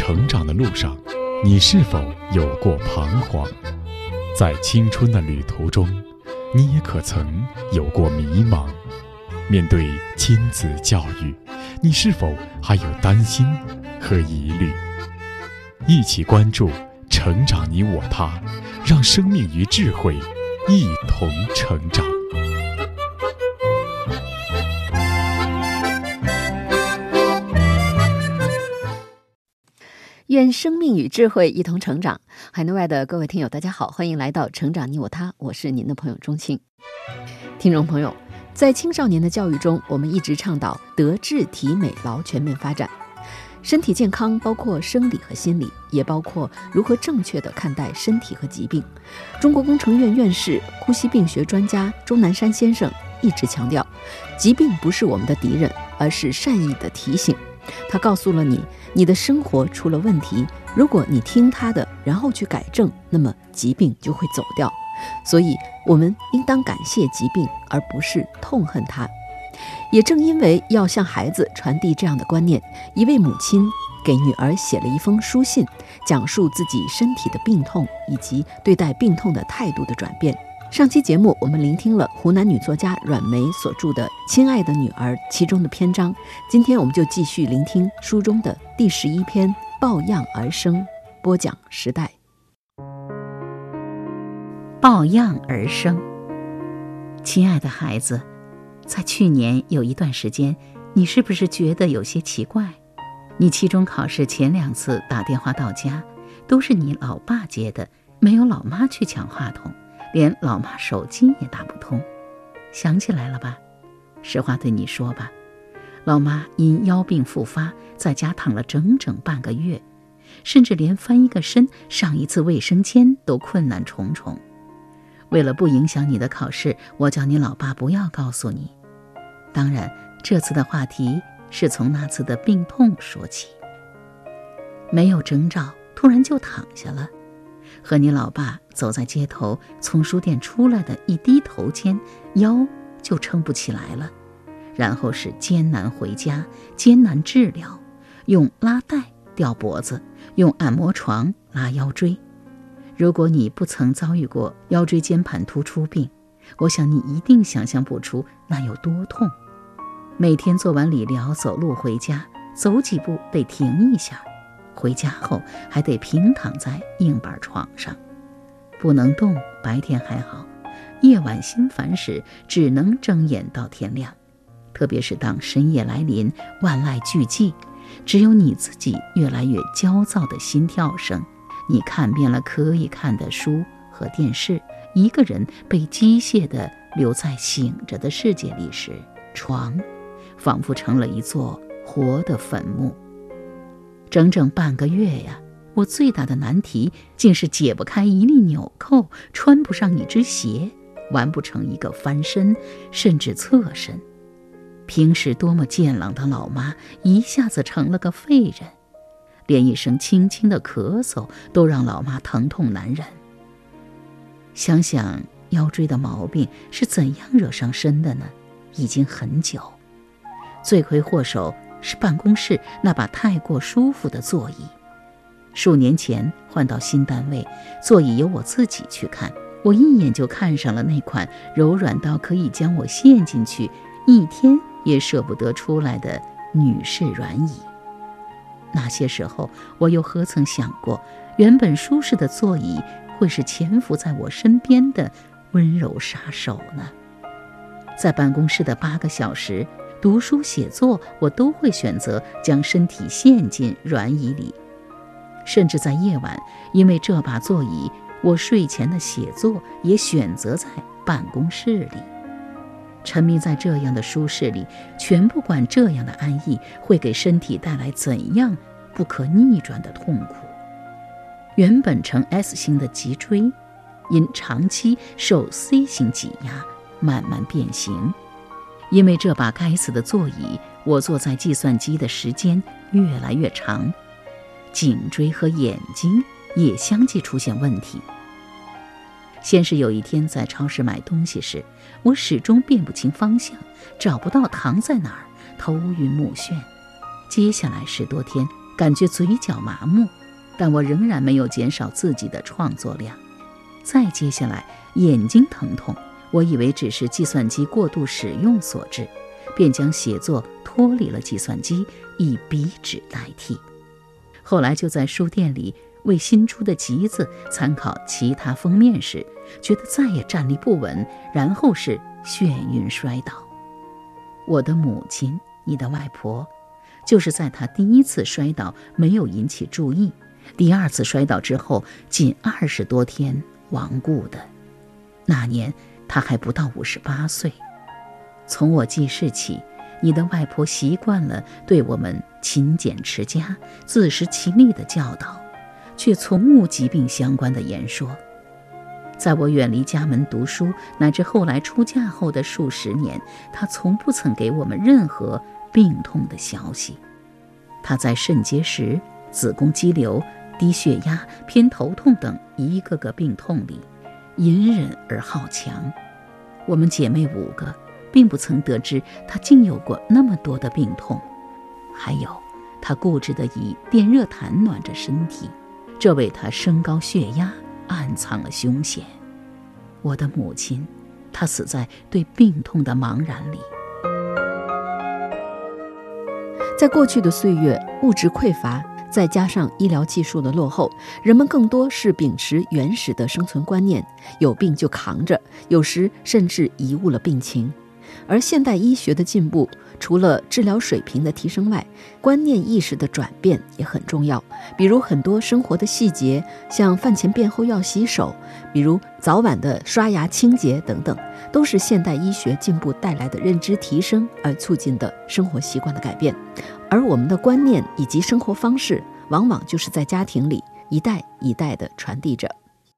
成长的路上，你是否有过彷徨？在青春的旅途中，你也可曾有过迷茫？面对亲子教育，你是否还有担心和疑虑？一起关注成长你我他，让生命与智慧一同成长。 愿生命与智慧一同成长。海内外的各位听友大家好，欢迎来到成长你我他，我是您的朋友钟庆。听众朋友，在青少年的教育中，我们一直倡导德智体美劳全面发展。身体健康包括生理和心理，也包括如何正确地看待身体和疾病。中国工程院院士、呼吸病学专家钟南山先生一直强调，疾病不是我们的敌人，而是善意的提醒。他告诉了你的生活出了问题，如果你听他的，然后去改正，那么疾病就会走掉。所以我们应当感谢疾病，而不是痛恨它。也正因为要向孩子传递这样的观念，一位母亲给女儿写了一封书信，讲述自己身体的病痛以及对待病痛的态度的转变。上期节目我们聆听了湖南女作家阮梅所著的《亲爱的女儿》其中的篇章，今天我们就继续聆听书中的第11篇《抱恙而生》，播讲时代。 抱恙而生。亲爱的孩子，在去年有一段时间，你是不是觉得有些奇怪？你期中考试前2次打电话到家，都是你老爸接的，没有老妈去抢话筒，连老妈手机也打不通。想起来了吧？实话对你说吧，老妈因腰病复发，在家躺了整整半个月，甚至连翻一个身、上一次卫生间都困难重重。为了不影响你的考试，我叫你老爸不要告诉你。当然，这次的话题是从那次的病痛说起。没有征兆，突然就躺下了。和你老爸走在街头，从书店出来的一低头间，腰就撑不起来了。然后是艰难回家，艰难治疗，用拉带吊脖子，用按摩床拉腰椎。如果你不曾遭遇过腰椎间盘突出病，我想你一定想象不出那有多痛。每天做完理疗走路回家，走几步得停一下，回家后还得平躺在硬板床上，不能动。白天还好，夜晚心烦时只能睁眼到天亮。特别是当深夜来临，万籁俱寂，只有你自己越来越焦躁的心跳声。你看遍了可以看的书和电视，一个人被机械地留在醒着的世界里时，床仿佛成了一座活的坟墓。整整半个月呀，我最大的难题竟是解不开一粒纽扣，穿不上一只鞋，完不成一个翻身，甚至侧身。平时多么健朗的老妈，一下子成了个废人，连一声轻轻的咳嗽都让老妈疼痛难忍。想想腰椎的毛病是怎样惹上身的呢？已经很久。罪魁祸首是办公室那把太过舒服的座椅。数年前换到新单位，座椅由我自己去看，我一眼就看上了那款柔软到可以将我陷进去，一天也舍不得出来的女士软椅。那些时候，我又何曾想过，原本舒适的座椅会是潜伏在我身边的温柔杀手呢？在办公室的8个小时，读书写作，我都会选择将身体陷进软椅里。甚至在夜晚，因为这把座椅，我睡前的写作也选择在办公室里。沉迷在这样的舒适里，全不管这样的安逸会给身体带来怎样不可逆转的痛苦。原本呈 S 型的脊椎，因长期受 C 型挤压，慢慢变形。因为这把该死的座椅，我坐在计算机的时间越来越长，颈椎和眼睛也相继出现问题。先是有一天在超市买东西时，我始终辨不清方向，找不到糖在哪儿，头晕目眩。接下来10多天， 感觉嘴角麻木，但我仍然没有减少自己的创作量。再接下来，眼睛疼痛，我以为只是计算机过度使用所致，便将写作脱离了计算机，以笔纸代替。后来就在书店里为新出的集子参考其他封面时，觉得再也站立不稳，然后是眩晕摔倒。我的母亲，你的外婆，就是在她第一次摔倒没有引起注意，第二次摔倒之后仅20多天亡故的。那年她还不到58岁。从我记事起，你的外婆习惯了对我们勤俭持家、自食其力的教导，却从无疾病相关的言说。在我远离家门读书，乃至后来出嫁后的数十年，她从不曾给我们任何病痛的消息。她在肾结石、子宫肌瘤、低血压、偏头痛等一个个病痛里，隐忍而好强。我们姐妹5个并不曾得知她竟有过那么多的病痛。还有，她固执地以电热毯暖着身体，这为她升高血压暗藏了凶险。我的母亲，她死在对病痛的茫然里。 在过去的岁月，物质匮乏再加上医疗技术的落后，人们更多是秉持原始的生存观念，有病就扛着，有时甚至贻误了病情。而现代医学的进步，除了治疗水平的提升外，观念意识的转变也很重要。比如很多生活的细节，像饭前便后要洗手，比如早晚的刷牙清洁等等，都是现代医学进步带来的认知提升而促进的生活习惯的改变。而我们的观念以及生活方式，往往就是在家庭里一代一代地传递着。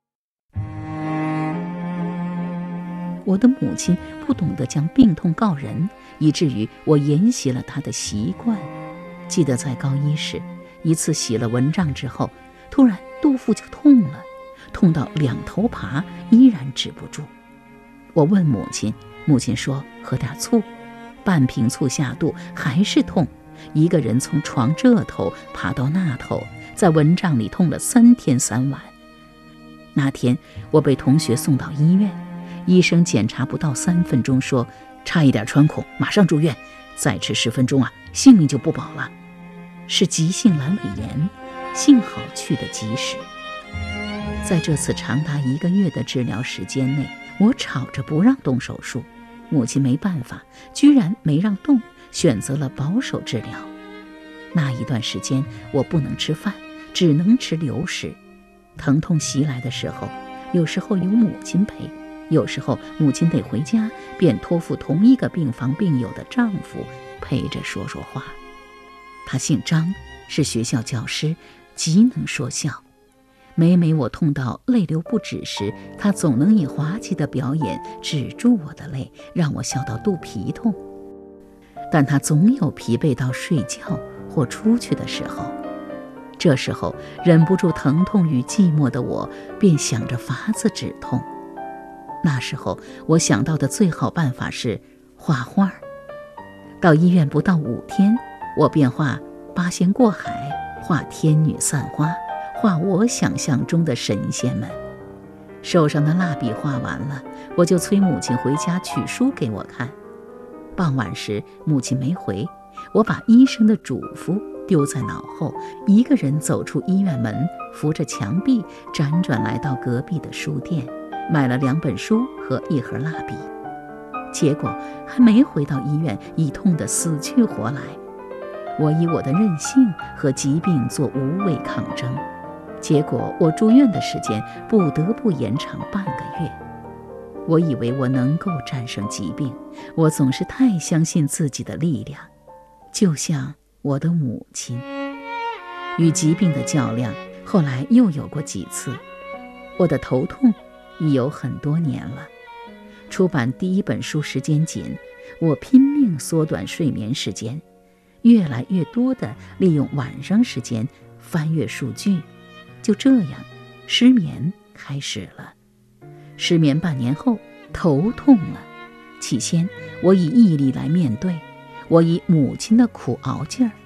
我的母亲不懂得将病痛告人，以至于我沿袭了她的习惯。记得在高一时，一次洗了蚊帐之后，突然肚腹就痛了，痛到两头爬，依然止不住。我问母亲，母亲说喝点醋，半瓶醋下肚还是痛，一个人从床这头爬到那头，在蚊帐里痛了3天3晚。那天我被同学送到医院，医生检查不到3分钟说差一点穿孔，马上住院，再迟10分钟性命就不保了。是急性阑尾炎，幸好去得及时。在这次长达1个月的治疗时间内，我吵着不让动手术，母亲没办法，居然没让动，选择了保守治疗。那一段时间我不能吃饭，只能吃流食。疼痛袭来的时候，有时候有母亲陪，有时候母亲得回家，便托付同一个病房病友的丈夫陪着说说话。他姓张，是学校教师，极能说笑。每每我痛到泪流不止时，他总能以滑稽的表演止住我的泪，让我笑到肚皮痛。但他总有疲惫到睡觉或出去的时候，这时候忍不住疼痛与寂寞的我，便想着法子止痛。那时候我想到的最好办法是画画。到医院不到5天，我便画八仙过海，画天女散花，画我想象中的神仙们。手上的蜡笔画完了，我就催母亲回家取书给我看。傍晚时母亲没回，我把医生的嘱咐丢在脑后，一个人走出医院门，扶着墙壁辗转来到隔壁的书店，买了2本书和1盒蜡笔。结果还没回到医院，已痛得死去活来。我以我的任性和疾病做无谓抗争，结果我住院的时间不得不延长半个月。我以为我能够战胜疾病，我总是太相信自己的力量，就像我的母亲。与疾病的较量后来又有过几次。我的头痛已有很多年了。出版第1本书时间紧，我拼命缩短睡眠时间，越来越多地利用晚上时间翻阅数据。就这样，失眠开始了。失眠半年后，头痛了。起先我以毅力来面对，我以母亲的苦熬劲儿，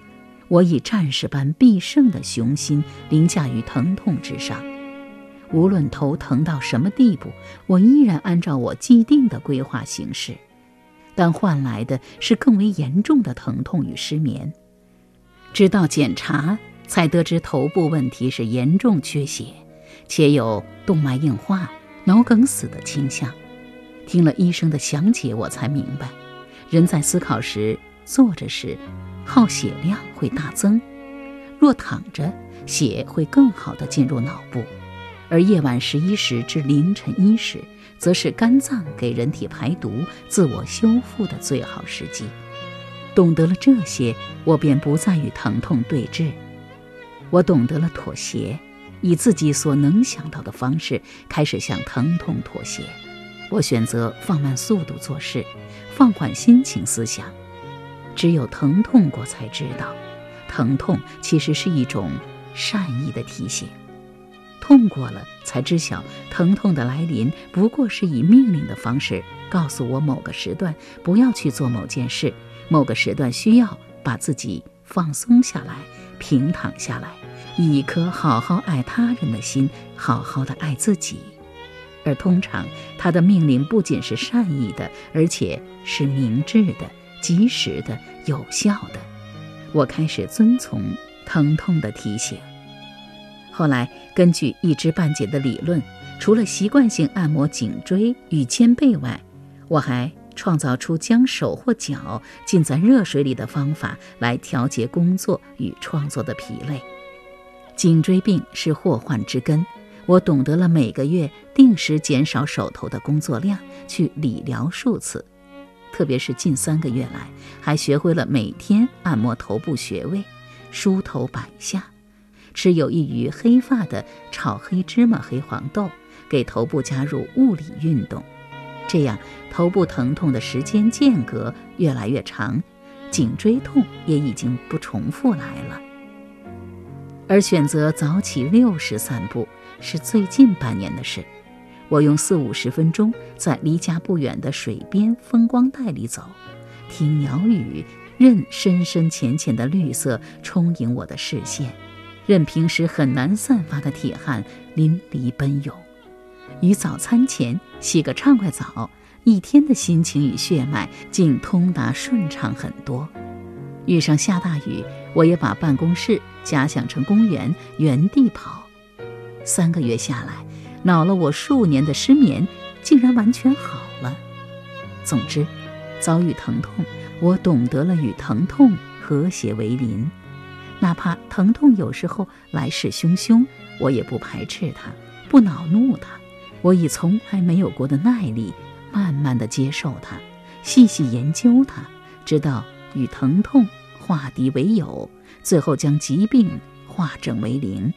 我以战士般必胜的雄心凌驾于疼痛之上。无论头疼到什么地步，我依然按照我既定的规划行事，但换来的是更为严重的疼痛与失眠。直到检查才得知头部问题是严重缺血，且有动脉硬化、脑梗死的倾向。听了医生的详解，我才明白，人在思考时、坐着时，耗血量会大增；若躺着，血会更好地进入脑部。而夜晚11时至凌晨1时，则是肝脏给人体排毒、自我修复的最好时机。懂得了这些，我便不再与疼痛对峙。我懂得了妥协，以自己所能想到的方式开始向疼痛妥协。我选择放慢速度做事，放缓心情思想。只有疼痛过才知道，疼痛其实是一种善意的提醒。痛过了才知晓，疼痛的来临不过是以命令的方式告诉我某个时段不要去做某件事，某个时段需要把自己放松下来，平躺下来，以一颗好好爱他人的心好好的爱自己。而通常他的命令不仅是善意的，而且是明智的、及时的、有效的。我开始遵从疼痛的提醒。后来根据一知半解的理论，除了习惯性按摩颈椎与肩背外，我还创造出将手或脚浸在热水里的方法来调节工作与创作的疲累。颈椎病是祸患之根，我懂得了每个月定时减少手头的工作量，去理疗数次。特别是近3个月来，还学会了每天按摩头部穴位，梳头摆下，吃有益于黑发的炒黑芝麻、黑黄豆，给头部加入物理运动。这样头部疼痛的时间间隔越来越长，颈椎痛也已经不重复来了。而选择早起6时散步是最近半年的事。我用40-50分钟在离家不远的水边风光带里走，听鸟语，任深深浅浅的绿色充盈我的视线，任平时很难散发的铁汉淋漓奔涌。于早餐前洗个畅快澡，一天的心情与血脉竟通达顺畅很多。遇上下大雨，我也把办公室假想成公园，原地跑。3个月下来，恼了我数年的失眠竟然完全好了。总之，遭遇疼痛，我懂得了与疼痛和谐为邻。哪怕疼痛有时候来势汹汹，我也不排斥它，不恼怒它。我以从来没有过的耐力，慢慢地接受它，细细研究它，直到与疼痛化敌为友，最后将疾病化整为零。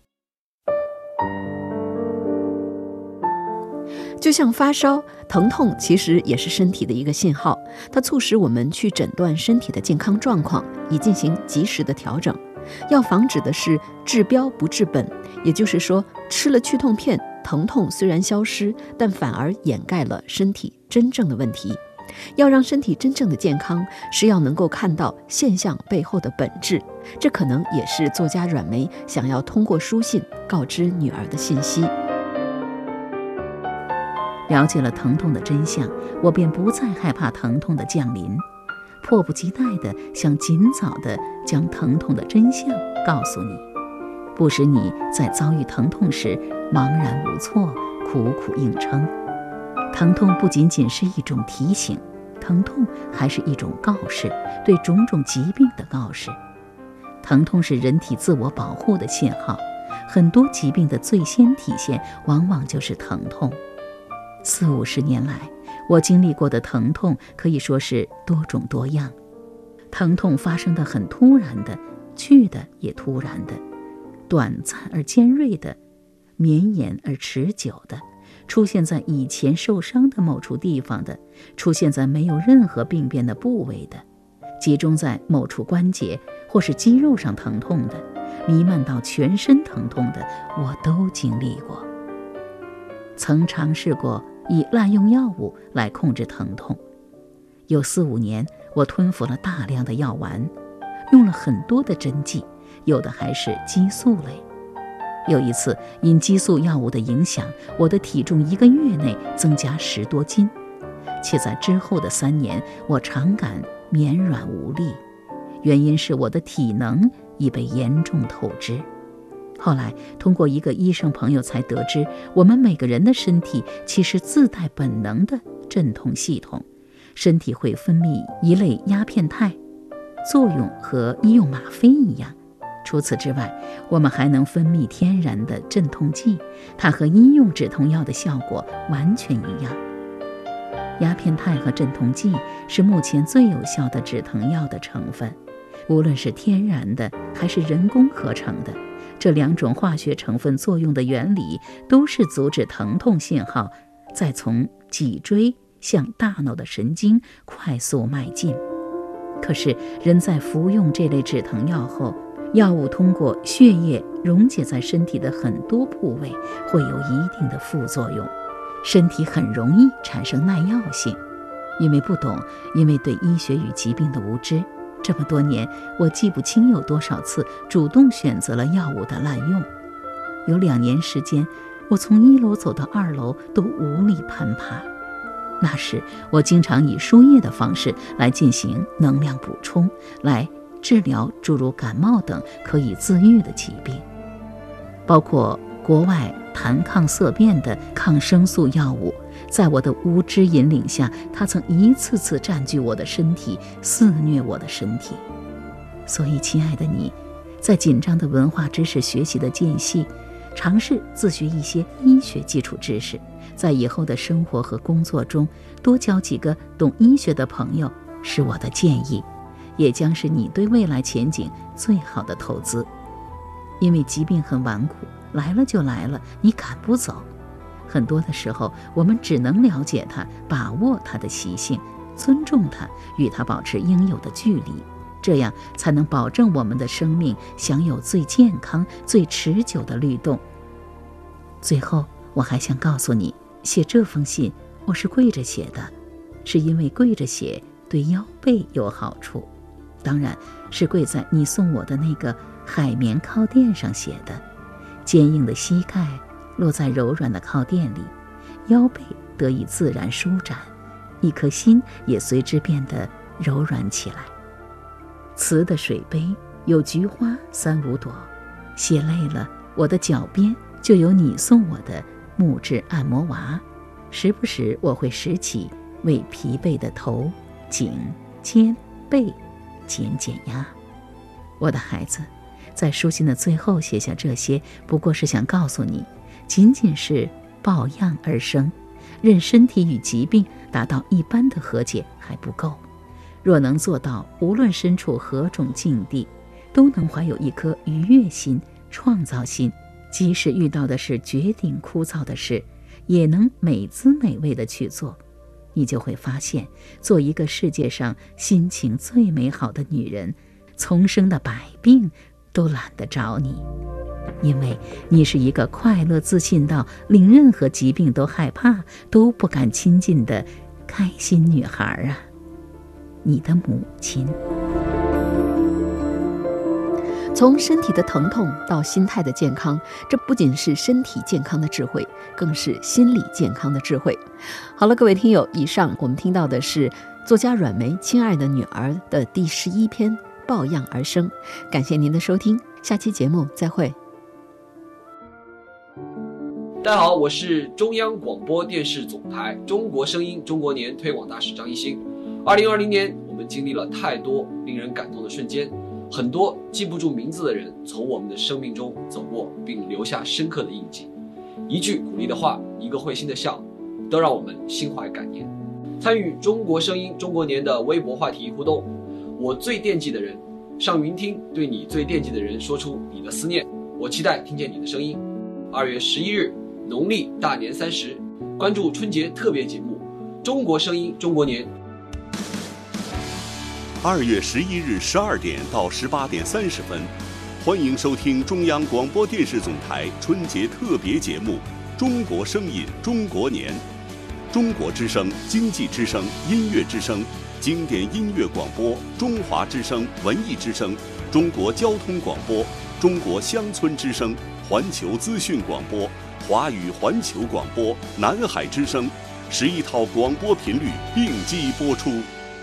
就像发烧，疼痛其实也是身体的一个信号，它促使我们去诊断身体的健康状况，以进行及时的调整。要防止的是治标不治本，也就是说，吃了去痛片，疼痛虽然消失，但反而掩盖了身体真正的问题。要让身体真正的健康，是要能够看到现象背后的本质，这可能也是作家阮梅想要通过书信告知女儿的信息。 了解了疼痛的真相，我便不再害怕疼痛的降临，迫不及待地想尽早地将疼痛的真相告诉你，不使你在遭遇疼痛时茫然无措、苦苦硬撑。疼痛不仅仅是一种提醒，疼痛还是一种告示，对种种疾病的告示。疼痛是人体自我保护的信号，很多疾病的最先体现往往就是疼痛。40-50年来，我经历过的疼痛可以说是多种多样。疼痛发生的很突然的，去的也突然的，短暂而尖锐的，绵延而持久的，出现在以前受伤的某处地方的，出现在没有任何病变的部位的，集中在某处关节或是肌肉上疼痛的，弥漫到全身疼痛的，我都经历过。曾尝试过以滥用药物来控制疼痛，有4-5年，我吞服了大量的药丸， 用了很多的针剂，有的还是激素类。有一次因激素药物的影响，我的体重1个月内增加10多斤，且在之后的3年，我常感绵软无力，原因是我的体能已被严重透支。后来通过一个医生朋友才得知，我们每个人的身体其实自带本能的镇痛系统，身体会分泌一类鸦片肽，作用和医用吗啡一样。除此之外，我们还能分泌天然的镇痛剂，它和医用止痛药的效果完全一样。鸦片肽和镇痛剂是目前最有效的止疼药的成分，无论是天然的还是人工合成的，这2种化学成分作用的原理都是阻止疼痛信号再从脊椎向大脑的神经快速迈进。可是人在服用这类止疼药后，药物通过血液溶解在身体的很多部位，会有一定的副作用，身体很容易产生耐药性。因为不懂，因为对医学与疾病的无知，这么多年我记不清有多少次主动选择了药物的滥用。有2年时间，我从1楼走到2楼都无力攀爬。那时我经常以输液的方式来进行能量补充，来治疗诸如感冒等可以自愈的疾病，包括国外谈抗色变的抗生素药物。在我的无知引领下，它曾一次次占据我的身体，肆虐我的身体。所以亲爱的你，在紧张的文化知识学习的间隙，尝试自学一些医学基础知识，在以后的生活和工作中多交几个懂医学的朋友，是我的建议，也将是你对未来前景最好的投资。因为疾病很顽固，来了就来了，你赶不走。很多的时候，我们只能了解它，把握它的习性，尊重它，与它保持应有的距离，这样才能保证我们的生命享有最健康、最持久的律动。最后，我还想告诉你，写这封信我是跪着写的，是因为跪着写对腰背有好处，当然是跪在你送我的那个海绵靠垫上写的。坚硬的膝盖落在柔软的靠垫里，腰背得以自然舒展，一颗心也随之变得柔软起来。瓷的水杯有菊花3、5朵，写累了，我的脚边就有你送我的木质按摩娃，时不时我会拾起，为疲惫的头、颈、肩、背减压。我的孩子，在书信的最后写下这些，不过是想告诉你，仅仅是抱恙而生，任身体与疾病达到一般的和解还不够。若能做到无论身处何种境地，都能怀有一颗愉悦心、创造心，即使遇到的是绝顶枯燥的事，也能美滋美味地去做，你就会发现，做一个世界上心情最美好的女人，丛生的百病都懒得找你，因为你是一个快乐自信到令任何疾病都害怕、都不敢亲近的开心女孩啊！你的母亲。 从身体的疼痛到心态的健康，这不仅是身体健康的智慧，更是心理健康的智慧。好了，各位听友，以上我们听到的是作家阮梅《亲爱的女儿》的第11篇《抱恙而生》。感谢您的收听，下期节目再会。 大家好，我是中央广播电视总台中国声音中国年推广大使张一新。2020年，我们经历了太多令人感动的瞬间，很多记不住名字的人从我们的生命中走过，并留下深刻的印记。一句鼓励的话，一个会心的笑，都让我们心怀感念。参与中国声音中国年的微博话题互动，我最惦记的人，上云听对你最惦记的人说出你的思念，我期待听见你的声音。2月11日，农历大年30，关注春节特别节目《中国声音中国年》。 2月11日12点到18点30分，欢迎收听中央广播电视总台春节特别节目《中国声音中国年》。中国之声、经济之声、音乐之声经典音乐广播、中华之声、文艺之声、中国交通广播、中国乡村之声、环球资讯广播、华语环球广播、南海之声，11套广播频率并机播出。